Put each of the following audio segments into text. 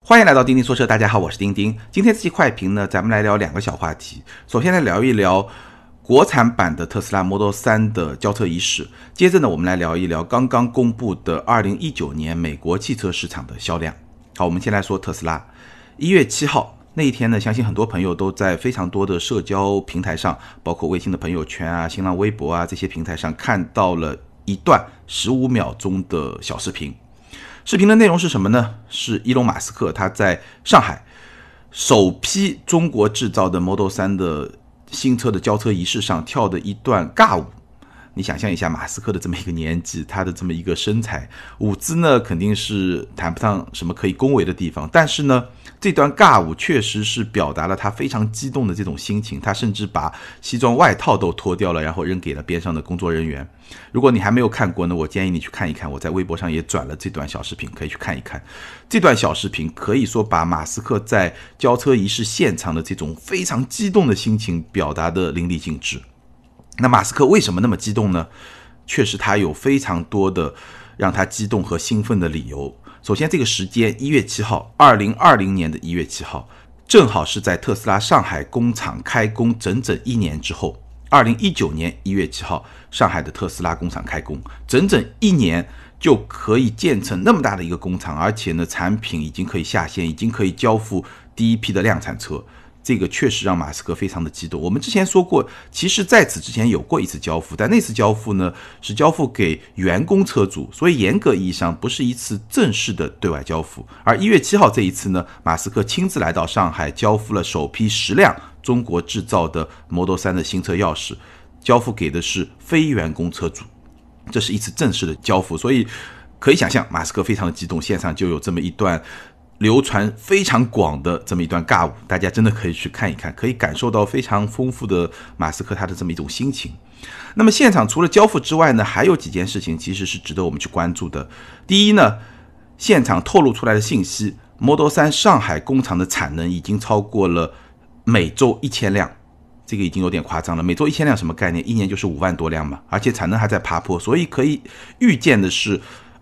欢迎来到钉钉说车，大家好，我是钉钉。今天这期快评呢，咱们来聊两个小话题。首先来聊一聊国产版的特斯拉 Model 3的交车仪式，接着呢，我们来聊一聊刚刚公布的2019年美国汽车市场的销量。好，我们先来说特斯拉。1月7号那一天呢，相信很多朋友都在非常多的社交平台上，包括微信的朋友圈啊、新浪微博啊这些平台上看到了一段15秒钟的小视频。视频的内容是什么呢？是伊隆马斯克他在上海首批中国制造的 Model 3的新车的交车仪式上跳的一段尬舞。你想象一下马斯克的这么一个年纪，他的这么一个身材，舞姿呢肯定是谈不上什么可以恭维的地方，但是呢这段尬舞确实是表达了他非常激动的这种心情，他甚至把西装外套都脱掉了，然后扔给了边上的工作人员。如果你还没有看过呢，我建议你去看一看，我在微博上也转了这段小视频，可以去看一看。这段小视频可以说把马斯克在交车仪式现场的这种非常激动的心情表达的淋漓尽致。那马斯克为什么那么激动呢？确实他有非常多的让他激动和兴奋的理由。首先这个时间1月7号 ,2020 年的1月7号正好是在特斯拉上海工厂开工整整1年之后。2019年1月7号上海的特斯拉工厂开工，整整1年就可以建成那么大的一个工厂，而且呢产品已经可以下线，已经可以交付第一批的量产车。这个确实让马斯克非常的激动。我们之前说过，其实在此之前有过一次交付，但那次交付呢是交付给员工车主，所以严格意义上不是一次正式的对外交付。而1月7号这一次呢，马斯克亲自来到上海，交付了首批10辆中国制造的 Model 3的新车钥匙，交付给的是非员工车主，这是一次正式的交付。所以可以想象马斯克非常的激动，现场就有这么一段流传非常广的这么一段尬舞，大家真的可以去看一看，可以感受到非常丰富的马斯克他的这么一种心情。那么现场除了交付之外呢，还有几件事情其实是值得我们去关注的。第一呢，现场透露出来的信息， Model 3上海工厂的产能已经超过了每周1000辆，这个已经有点夸张了。每周1000辆什么概念？一年就是5万多辆嘛，而且产能还在爬坡，所以可以预见的是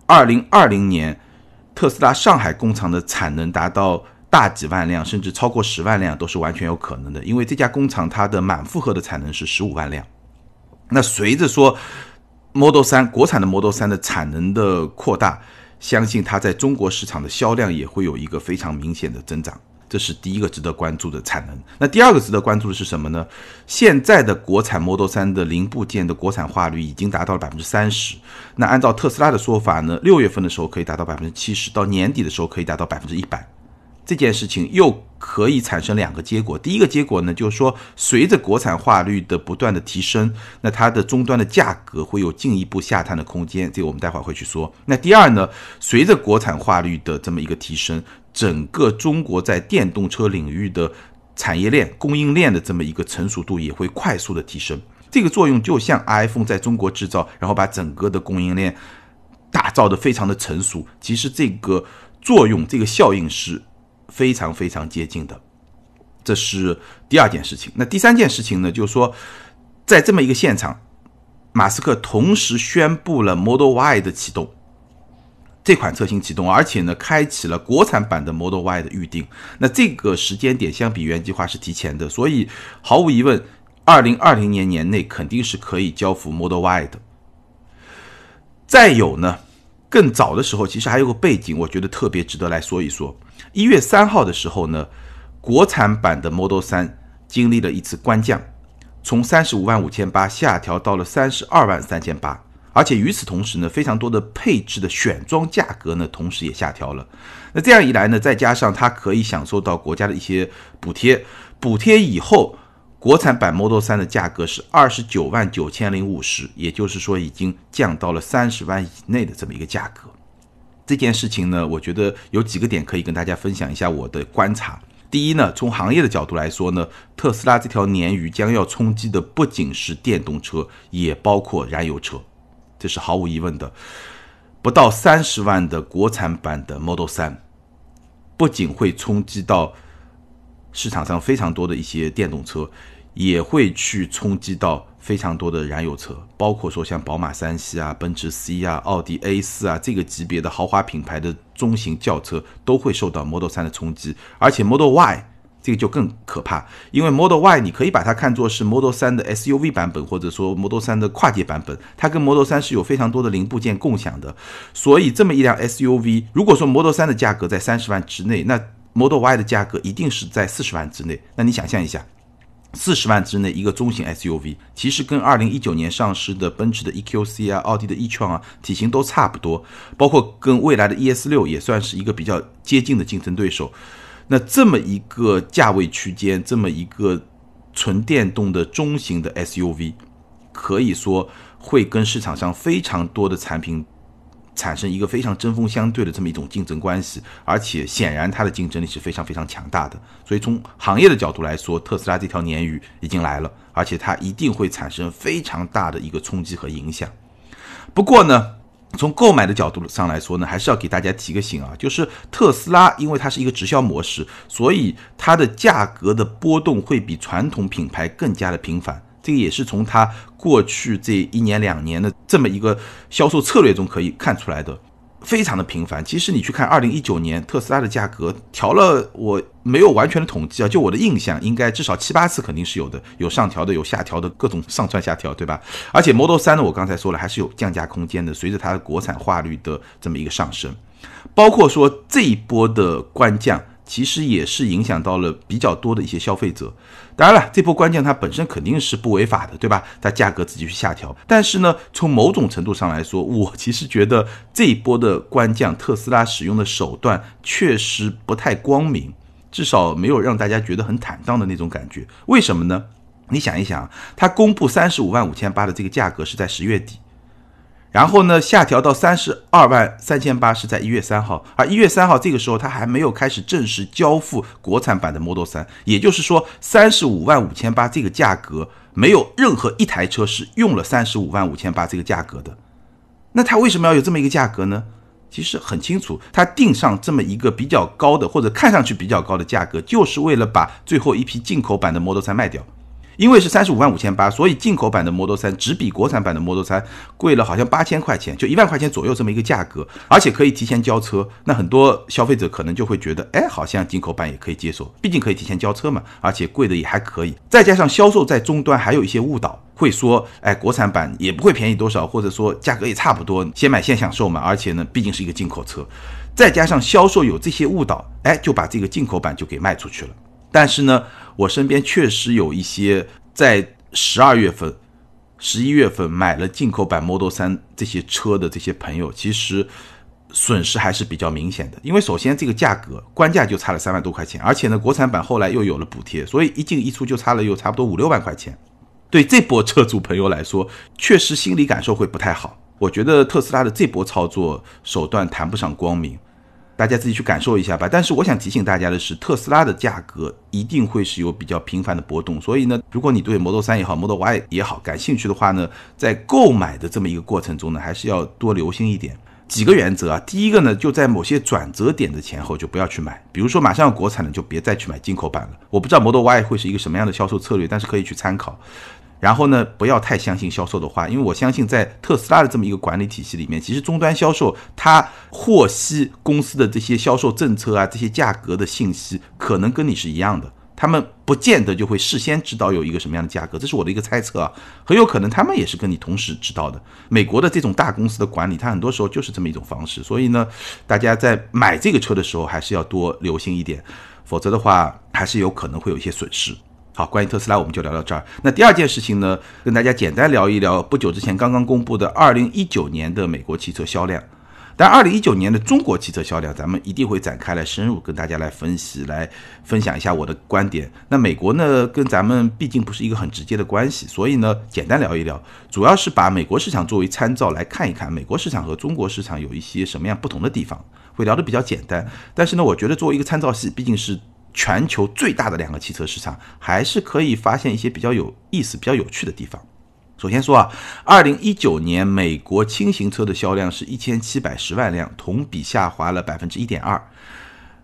2020年特斯拉上海工厂的产能达到大几万辆，甚至超过10万辆都是完全有可能的，因为这家工厂它的满负荷的产能是15万辆。那随着说 Model 3国产的 Model 3的产能的扩大，相信它在中国市场的销量也会有一个非常明显的增长，这是第一个值得关注的产能。那第二个值得关注的是什么呢？现在的国产 Model 3的零部件的国产化率已经达到了 30%， 那按照特斯拉的说法呢，6月份的时候可以达到 70%， 到年底的时候可以达到 100%。 这件事情又可以产生两个结果。第一个结果呢，就是说随着国产化率的不断的提升，那它的终端的价格会有进一步下探的空间，这个我们待会儿会去说。那第二呢，随着国产化率的这么一个提升，整个中国在电动车领域的产业链供应链的这么一个成熟度也会快速的提升。这个作用就像 iPhone 在中国制造，然后把整个的供应链打造的非常的成熟，其实这个作用这个效应是非常非常接近的。这是第二件事情。那第三件事情呢，就是说在这么一个现场，马斯克同时宣布了 Model Y 的启动，这款车型启动，而且呢开启了国产版的 Model Y 的预定。那这个时间点相比原计划是提前的，所以毫无疑问2020年年内肯定是可以交付 Model Y 的。再有呢，更早的时候其实还有个背景，我觉得特别值得来说一说。1月3号的时候呢，国产版的 Model 3经历了一次官降，从35.58万下调到了32.38万，而且与此同时呢，非常多的配置的选装价格呢同时也下调了。那这样一来呢，再加上它可以享受到国家的一些补贴以后，国产版 Model 3的价格是29.9050万，也就是说已经降到了30万以内的这么一个价格。这件事情呢，我觉得有几个点可以跟大家分享一下我的观察。第一呢，从行业的角度来说呢，特斯拉这条鲶鱼将要冲击的不仅是电动车，也包括燃油车，这是毫无疑问的。不到30万的国产版的 Model 3不仅会冲击到市场上非常多的一些电动车， 也会去冲击到非常多的燃油车，包括说像宝马3系啊、奔驰 C 啊、奥迪 A4 啊这个级别的豪华品牌的中型轿车都会受到 Model 3的冲击，而且 Model Y这个就更可怕，因为 Model Y 你可以把它看作是 Model 3的 SUV 版本，或者说 Model 3的跨界版本，它跟 Model 3是有非常多的零部件共享的，所以这么一辆 SUV， 如果说 Model 3的价格在30万之内，那 Model Y 的价格一定是在40万之内，那你想象一下，40万之内一个中型 SUV， 其实跟2019年上市的奔驰的 EQC 啊、奥迪的 e-tron 啊体型都差不多，包括跟蔚来的 ES6 也算是一个比较接近的竞争对手。那这么一个价位区间，这么一个纯电动的中型的 SUV， 可以说会跟市场上非常多的产品产生一个非常针锋相对的这么一种竞争关系，而且显然它的竞争力是非常非常强大的。所以从行业的角度来说，特斯拉这条鲶鱼已经来了，而且它一定会产生非常大的一个冲击和影响。不过呢，从购买的角度上来说呢，还是要给大家提个醒啊，就是特斯拉因为它是一个直销模式，所以它的价格的波动会比传统品牌更加的频繁。这个也是从它过去这1年2年的这么一个销售策略中可以看出来的，非常的频繁。其实你去看2019年特斯拉的价格调了，我没有完全的统计啊，就我的印象应该至少7、8次肯定是有的，有上调的，有下调的，各种上蹿下调，对吧？而且 Model 3呢，我刚才说了还是有降价空间的，随着它的国产化率的这么一个上升，包括说这一波的官降其实也是影响到了比较多的一些消费者。当然了，这波官降它本身肯定是不违法的，对吧？它价格自己去下调，但是呢，从某种程度上来说，我其实觉得这一波的官降，特斯拉使用的手段确实不太光明，至少没有让大家觉得很坦荡的那种感觉。为什么呢？你想一想，它公布35万5800的这个价格是在10月底，然后呢，下调到32万3800是在1月3号，而1月3号这个时候它还没有开始正式交付国产版的 Model 3，也就是说35万5800这个价格没有任何一台车是用了35万5800这个价格的。那它为什么要有这么一个价格呢？其实很清楚，它定上这么一个比较高的或者看上去比较高的价格，就是为了把最后一批进口版的 Model 3卖掉。因为是35万5800，所以进口版的 Model 3只比国产版的 Model 3贵了好像8000块钱，就1万块钱左右这么一个价格，而且可以提前交车。那很多消费者可能就会觉得，好像进口版也可以接受，毕竟可以提前交车嘛，而且贵的也还可以。再加上销售在终端还有一些误导，会说，国产版也不会便宜多少，或者说价格也差不多，先买先享受嘛，而且呢，毕竟是一个进口车。再加上销售有这些误导，就把这个进口版就给卖出去了。但是呢，我身边确实有一些在12月份、11月份买了进口版 Model 3这些车的这些朋友，其实损失还是比较明显的。因为首先这个价格官价就差了3万多块钱，而且呢，国产版后来又有了补贴，所以一进一出就差了有差不多5、6万块钱。对这波车主朋友来说，确实心理感受会不太好。我觉得特斯拉的这波操作手段谈不上光明，大家自己去感受一下吧。但是我想提醒大家的是，特斯拉的价格一定会是有比较频繁的波动，所以呢，如果你对 Model 3也好 Model Y 也好感兴趣的话呢，在购买的这么一个过程中呢，还是要多留心一点。几个原则啊，第一个呢，就在某些转折点的前后就不要去买，比如说马上要国产了，就别再去买进口版了。我不知道 Model Y 会是一个什么样的销售策略，但是可以去参考。然后呢，不要太相信销售的话，因为我相信在特斯拉的这么一个管理体系里面，其实终端销售它获悉公司的这些销售政策啊，这些价格的信息，可能跟你是一样的，他们不见得就会事先知道有一个什么样的价格，这是我的一个猜测啊，很有可能他们也是跟你同时知道的。美国的这种大公司的管理，它很多时候就是这么一种方式，所以呢，大家在买这个车的时候还是要多留心一点，否则的话还是有可能会有一些损失。好，关于特斯拉我们就聊到这儿。那第二件事情呢，跟大家简单聊一聊不久之前刚刚公布的2019年的美国汽车销量。但2019年的中国汽车销量，咱们一定会展开来深入跟大家来分析，来分享一下我的观点。那美国呢，跟咱们毕竟不是一个很直接的关系，所以呢，简单聊一聊，主要是把美国市场作为参照来看一看，美国市场和中国市场有一些什么样不同的地方，会聊得比较简单。但是呢，我觉得作为一个参照系，毕竟是全球最大的2个汽车市场，还是可以发现一些比较有意思、比较有趣的地方。首先说啊，2019年美国轻型车的销量是1710万辆，同比下滑了 1.2%。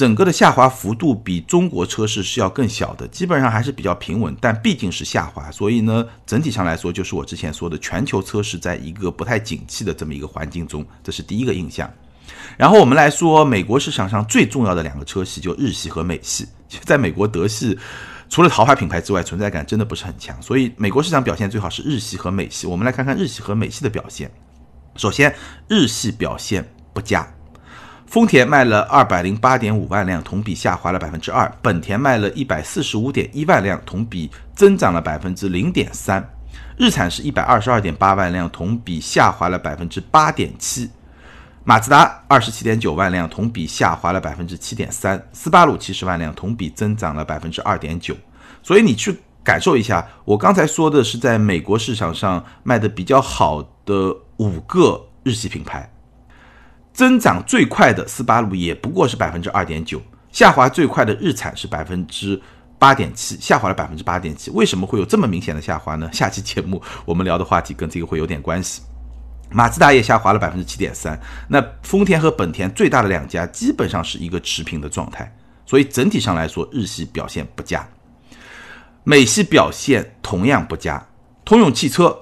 整个的下滑幅度比中国车市是要更小的，基本上还是比较平稳，但毕竟是下滑，所以呢，整体上来说就是我之前说的全球车市在一个不太景气的这么一个环境中，这是第一个印象。然后我们来说美国市场上最重要的两个车系，就日系和美系。在美国德系除了豪华品牌之外，存在感真的不是很强，所以美国市场表现最好是日系和美系。我们来看看日系和美系的表现。首先，日系表现不佳，丰田卖了 208.5 万辆，同比下滑了 2%， 本田卖了 145.1 万辆，同比增长了 0.3%， 日产是 122.8 万辆，同比下滑了 8.7%， 马自达 27.9 万辆，同比下滑了 7.3%， 斯巴鲁70万辆，同比增长了 2.9%。 所以你去感受一下，我刚才说的是在美国市场上卖的比较好的5个日系品牌，增长最快的斯巴鲁也不过是 2.9%， 下滑最快的日产是 8.7%， 下滑了 8.7%。 为什么会有这么明显的下滑呢？下期节目我们聊的话题跟这个会有点关系。马自达也下滑了 7.3%， 那丰田和本田最大的两家基本上是一个持平的状态，所以整体上来说日系表现不佳。美系表现同样不佳，通用汽车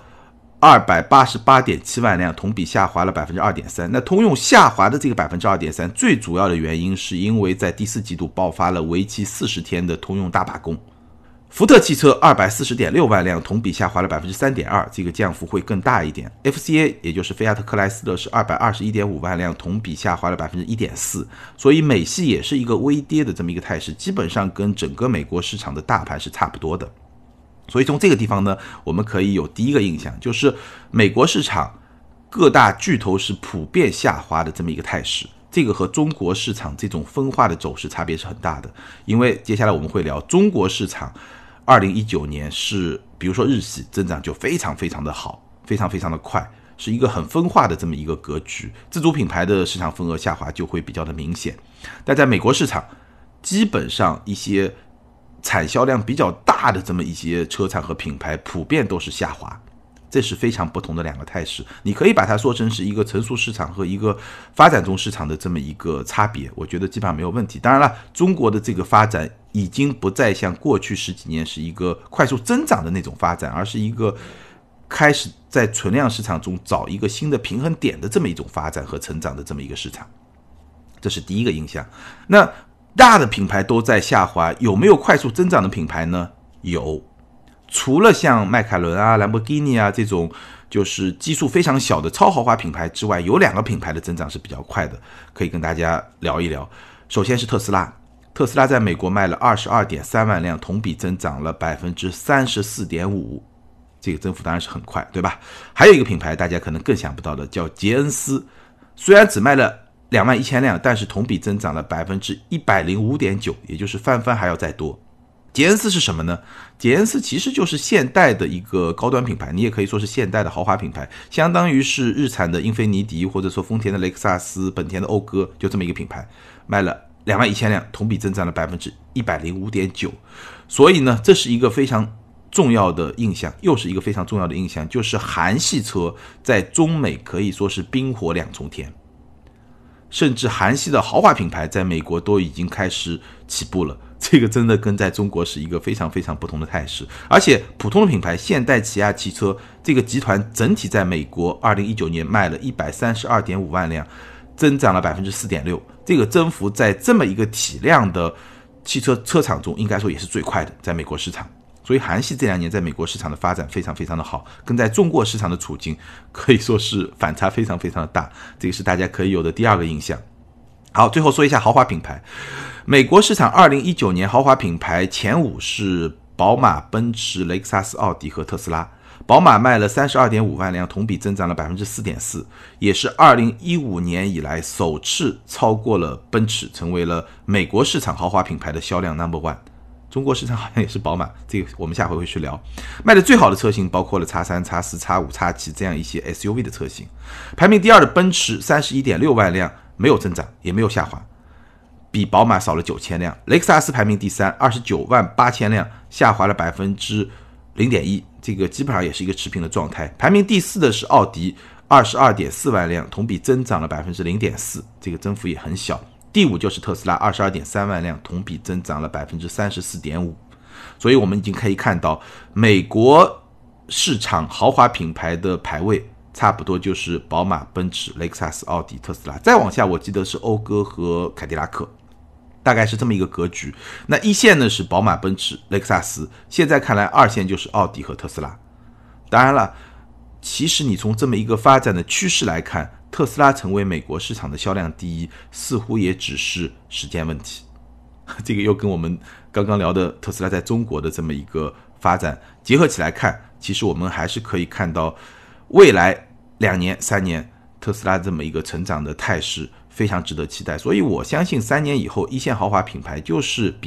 288.7 万辆，同比下滑了 2.3%。 那通用下滑的这个 2.3%， 最主要的原因是因为在第四季度爆发了为期40天的通用大罢工。福特汽车 240.6 万辆，同比下滑了 3.2%， 这个降幅会更大一点。 FCA 也就是菲亚特克莱斯勒是 221.5 万辆，同比下滑了 1.4%， 所以美系也是一个微跌的这么一个态势，基本上跟整个美国市场的大盘是差不多的。所以从这个地方呢，我们可以有第一个印象，就是美国市场各大巨头是普遍下滑的这么一个态势，这个和中国市场这种分化的走势差别是很大的。因为接下来我们会聊中国市场2019年是比如说日系增长就非常非常的好，非常非常的快，是一个很分化的这么一个格局，自主品牌的市场份额下滑就会比较的明显。但在美国市场，基本上一些产销量比较大的这么一些车厂和品牌普遍都是下滑，这是非常不同的两个态势。你可以把它说成是一个成熟市场和一个发展中市场的这么一个差别，我觉得基本上没有问题。当然了，中国的这个发展已经不再像过去10几年是一个快速增长的那种发展，而是一个开始在存量市场中找一个新的平衡点的这么一种发展和成长的这么一个市场，这是第一个印象。那大的品牌都在下滑，有没有快速增长的品牌呢？有，除了像迈凯伦啊、兰博基尼啊这种就是基数非常小的超豪华品牌之外，有2个品牌的增长是比较快的，可以跟大家聊一聊。首先是特斯拉，特斯拉在美国卖了 22.3 万辆，同比增长了 34.5%， 这个增幅当然是很快，对吧？还有一个品牌大家可能更想不到的叫捷恩斯，虽然只卖了21000辆，但是同比增长了 105.9%， 也就是翻还要再多。捷恩斯是什么呢？捷恩斯其实就是现代的一个高端品牌，你也可以说是现代的豪华品牌，相当于是日产的英菲尼迪，或者说丰田的雷克萨斯、本田的讴歌，就这么一个品牌，卖了21000辆，同比增长了 105.9%。 所以呢，这是一个非常重要的印象，又是一个非常重要的印象，就是韩系车在中美可以说是冰火两重天，甚至韩系的豪华品牌在美国都已经开始起步了，这个真的跟在中国是一个非常非常不同的态势。而且普通的品牌现代起亚汽车这个集团整体在美国2019年卖了 132.5 万辆，增长了 4.6%， 这个增幅在这么一个体量的汽车车厂中应该说也是最快的，在美国市场。所以韩系这2年在美国市场的发展非常非常的好，跟在中国市场的处境可以说是反差非常非常的大，这个是大家可以有的第2个印象。好，最后说一下豪华品牌。美国市场2019年豪华品牌前5是宝马、奔驰、雷克萨斯、奥迪和特斯拉。宝马卖了 32.5 万辆，同比增长了 4.4%， 也是2015年以来首次超过了奔驰，成为了美国市场豪华品牌的销量 No.1。中国市场好像也是宝马，这个我们下回会去聊。卖的最好的车型包括了 X3、X4、X5、X7 这样一些 SUV 的车型。排名第2的奔驰 31.6 万辆，没有增长也没有下滑，比宝马少了9000辆。雷克萨斯排名第3 29万8千辆，下滑了 0.1%， 这个基本上也是一个持平的状态。排名第4的是奥迪 22.4 万辆，同比增长了 0.4%， 这个增幅也很小。 第5就是特斯拉 22.3 万辆，同比增长了 34.5%。所以我们已经可以看到美国市场豪华品牌的排位差不多就是宝马、奔驰、雷克萨斯、奥迪、特斯拉，再往下我记得是讴歌和凯迪拉克，大概是这么一个格局。那一线呢是宝马、奔驰、雷克萨斯，现在看来二线就是奥迪和特斯拉。当然了，其实你从这么一个发展的趋势来看，特斯拉成为美国市场的销量第一似乎也只是时间问题。这个又跟我们刚刚聊的特斯拉在中国的这么一个发展结合起来看，其实我们还是可以看到未来2年3年特斯拉这么一个成长的态势非常值得期待。所以我相信3年以后一线豪华品牌就是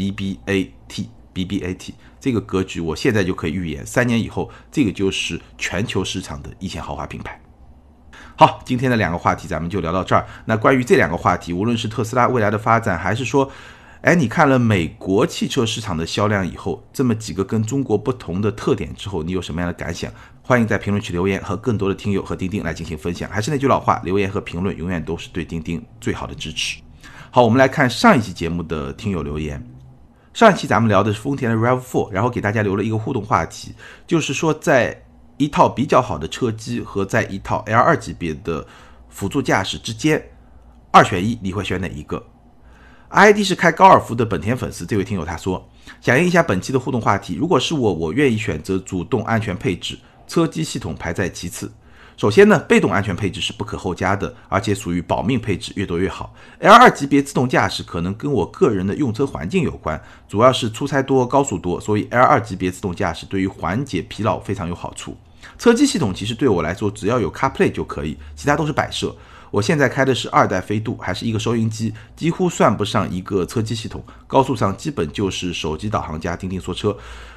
BBAT 这个格局，我现在就可以预言3年以后这个就是全球市场的一线豪华品牌。好，今天的2个话题咱们就聊到这儿。那关于这2个话题，无论是特斯拉未来的发展，还是说你看了美国汽车市场的销量以后，这么几个跟中国不同的特点之后，你有什么样的感想？欢迎在评论区留言，和更多的听友和钉钉来进行分享。还是那句老话，留言和评论永远都是对钉钉最好的支持。好，我们来看上一期节目的听友留言。上一期咱们聊的是丰田的 RAV4， 然后给大家留了一个互动话题，就是说在一套比较好的车机和在一套 L2 级别的辅助驾驶之间2选1，你会选哪一个？ID 是开高尔夫的本田粉丝，这位听友他说，响应一下本期的互动话题，如果是我愿意选择主动安全配置，车机系统排在其次。首先呢，被动安全配置是不可后加的，而且属于保命配置，越多越好。L2 级别自动驾驶可能跟我个人的用车环境有关，主要是出差多、高速多，所以 L2 级别自动驾驶对于缓解疲劳非常有好处。车机系统其实对我来说只要有 CarPlay 就可以，其他都是摆设。我现在开的是2代飞度，还是一个收音机，几乎算不上一个车机系统，高速上基本就是手机导航加钉钉说车，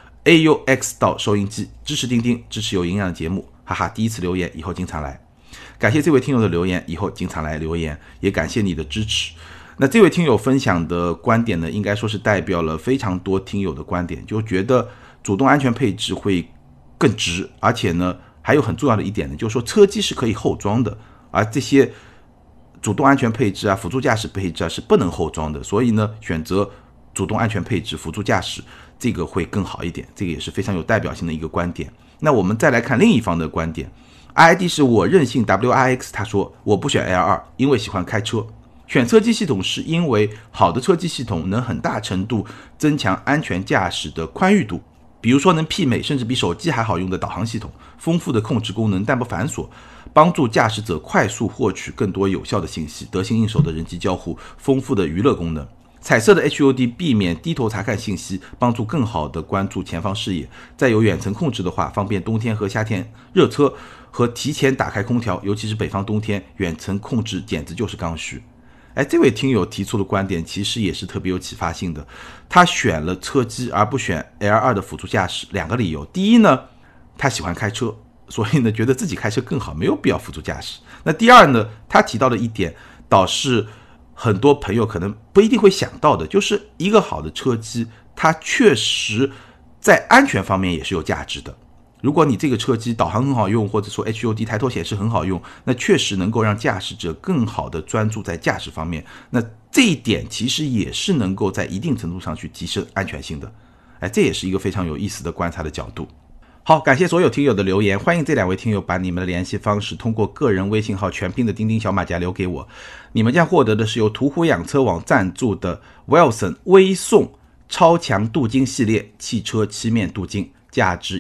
AUX 到收音机，支持钉钉，支持有营养的节目，哈哈，第一次留言，以后经常来。感谢这位听友的留言，以后经常来留言，也感谢你的支持。那这位听友分享的观点呢，应该说是代表了非常多听友的观点，就觉得主动安全配置会更值，而且呢还有很重要的一点呢，就是说车机是可以后装的，而这些主动安全配置啊、辅助驾驶配置啊是不能后装的，所以呢选择主动安全配置、辅助驾驶这个会更好一点，这个也是非常有代表性的一个观点。那我们再来看另一方的观点， ID 是我任性 WRX， 他说我不选 L2， 因为喜欢开车，选车机系统是因为好的车机系统能很大程度增强安全驾驶的宽裕度，比如说能媲美甚至比手机还好用的导航系统，丰富的控制功能但不繁琐，帮助驾驶者快速获取更多有效的信息，得心应手的人机交互，丰富的娱乐功能。彩色的 HUD 避免低头查看信息，帮助更好的关注前方视野。再有远程控制的话，方便冬天和夏天热车和提前打开空调，尤其是北方冬天，远程控制简直就是刚需。这位听友提出的观点其实也是特别有启发性的，他选了车机而不选 L2 的辅助驾驶，2个理由。第一呢，他喜欢开车，所以呢觉得自己开车更好，没有必要辅助驾驶。那第二呢，他提到的一点倒是很多朋友可能不一定会想到的，就是一个好的车机它确实在安全方面也是有价值的。如果你这个车机导航很好用，或者说 HUD 抬头显示很好用，那确实能够让驾驶者更好的专注在驾驶方面，那这一点其实也是能够在一定程度上去提升安全性的。这也是一个非常有意思的观察的角度。好，感谢所有听友的留言，欢迎这2位听友把你们的联系方式通过个人微信号全拼的钉钉小马甲留给我，你们将获得的是由途虎养车网赞助的 Wilson 微送超强镀金系列汽车漆面镀金，价值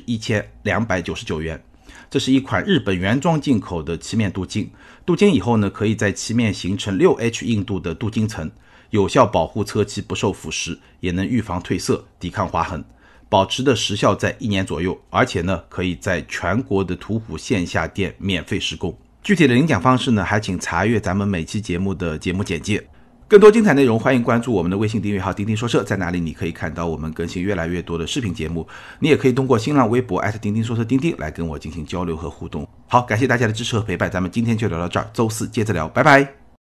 1299元。这是一款日本原装进口的漆面镀金，镀金以后呢，可以在漆面形成 6H 硬度的镀金层，有效保护车漆不受腐蚀，也能预防褪色、抵抗划痕，保持的时效在1年左右，而且呢，可以在全国的途虎线下店免费施工。具体的领奖方式呢，还请查阅咱们每期节目的节目简介。更多精彩内容，欢迎关注我们的微信订阅号钉钉说车，在哪里你可以看到我们更新越来越多的视频节目。你也可以通过新浪微博钉钉说车钉钉来跟我进行交流和互动。好，感谢大家的支持和陪伴，咱们今天就聊到这儿，周四接着聊，拜拜。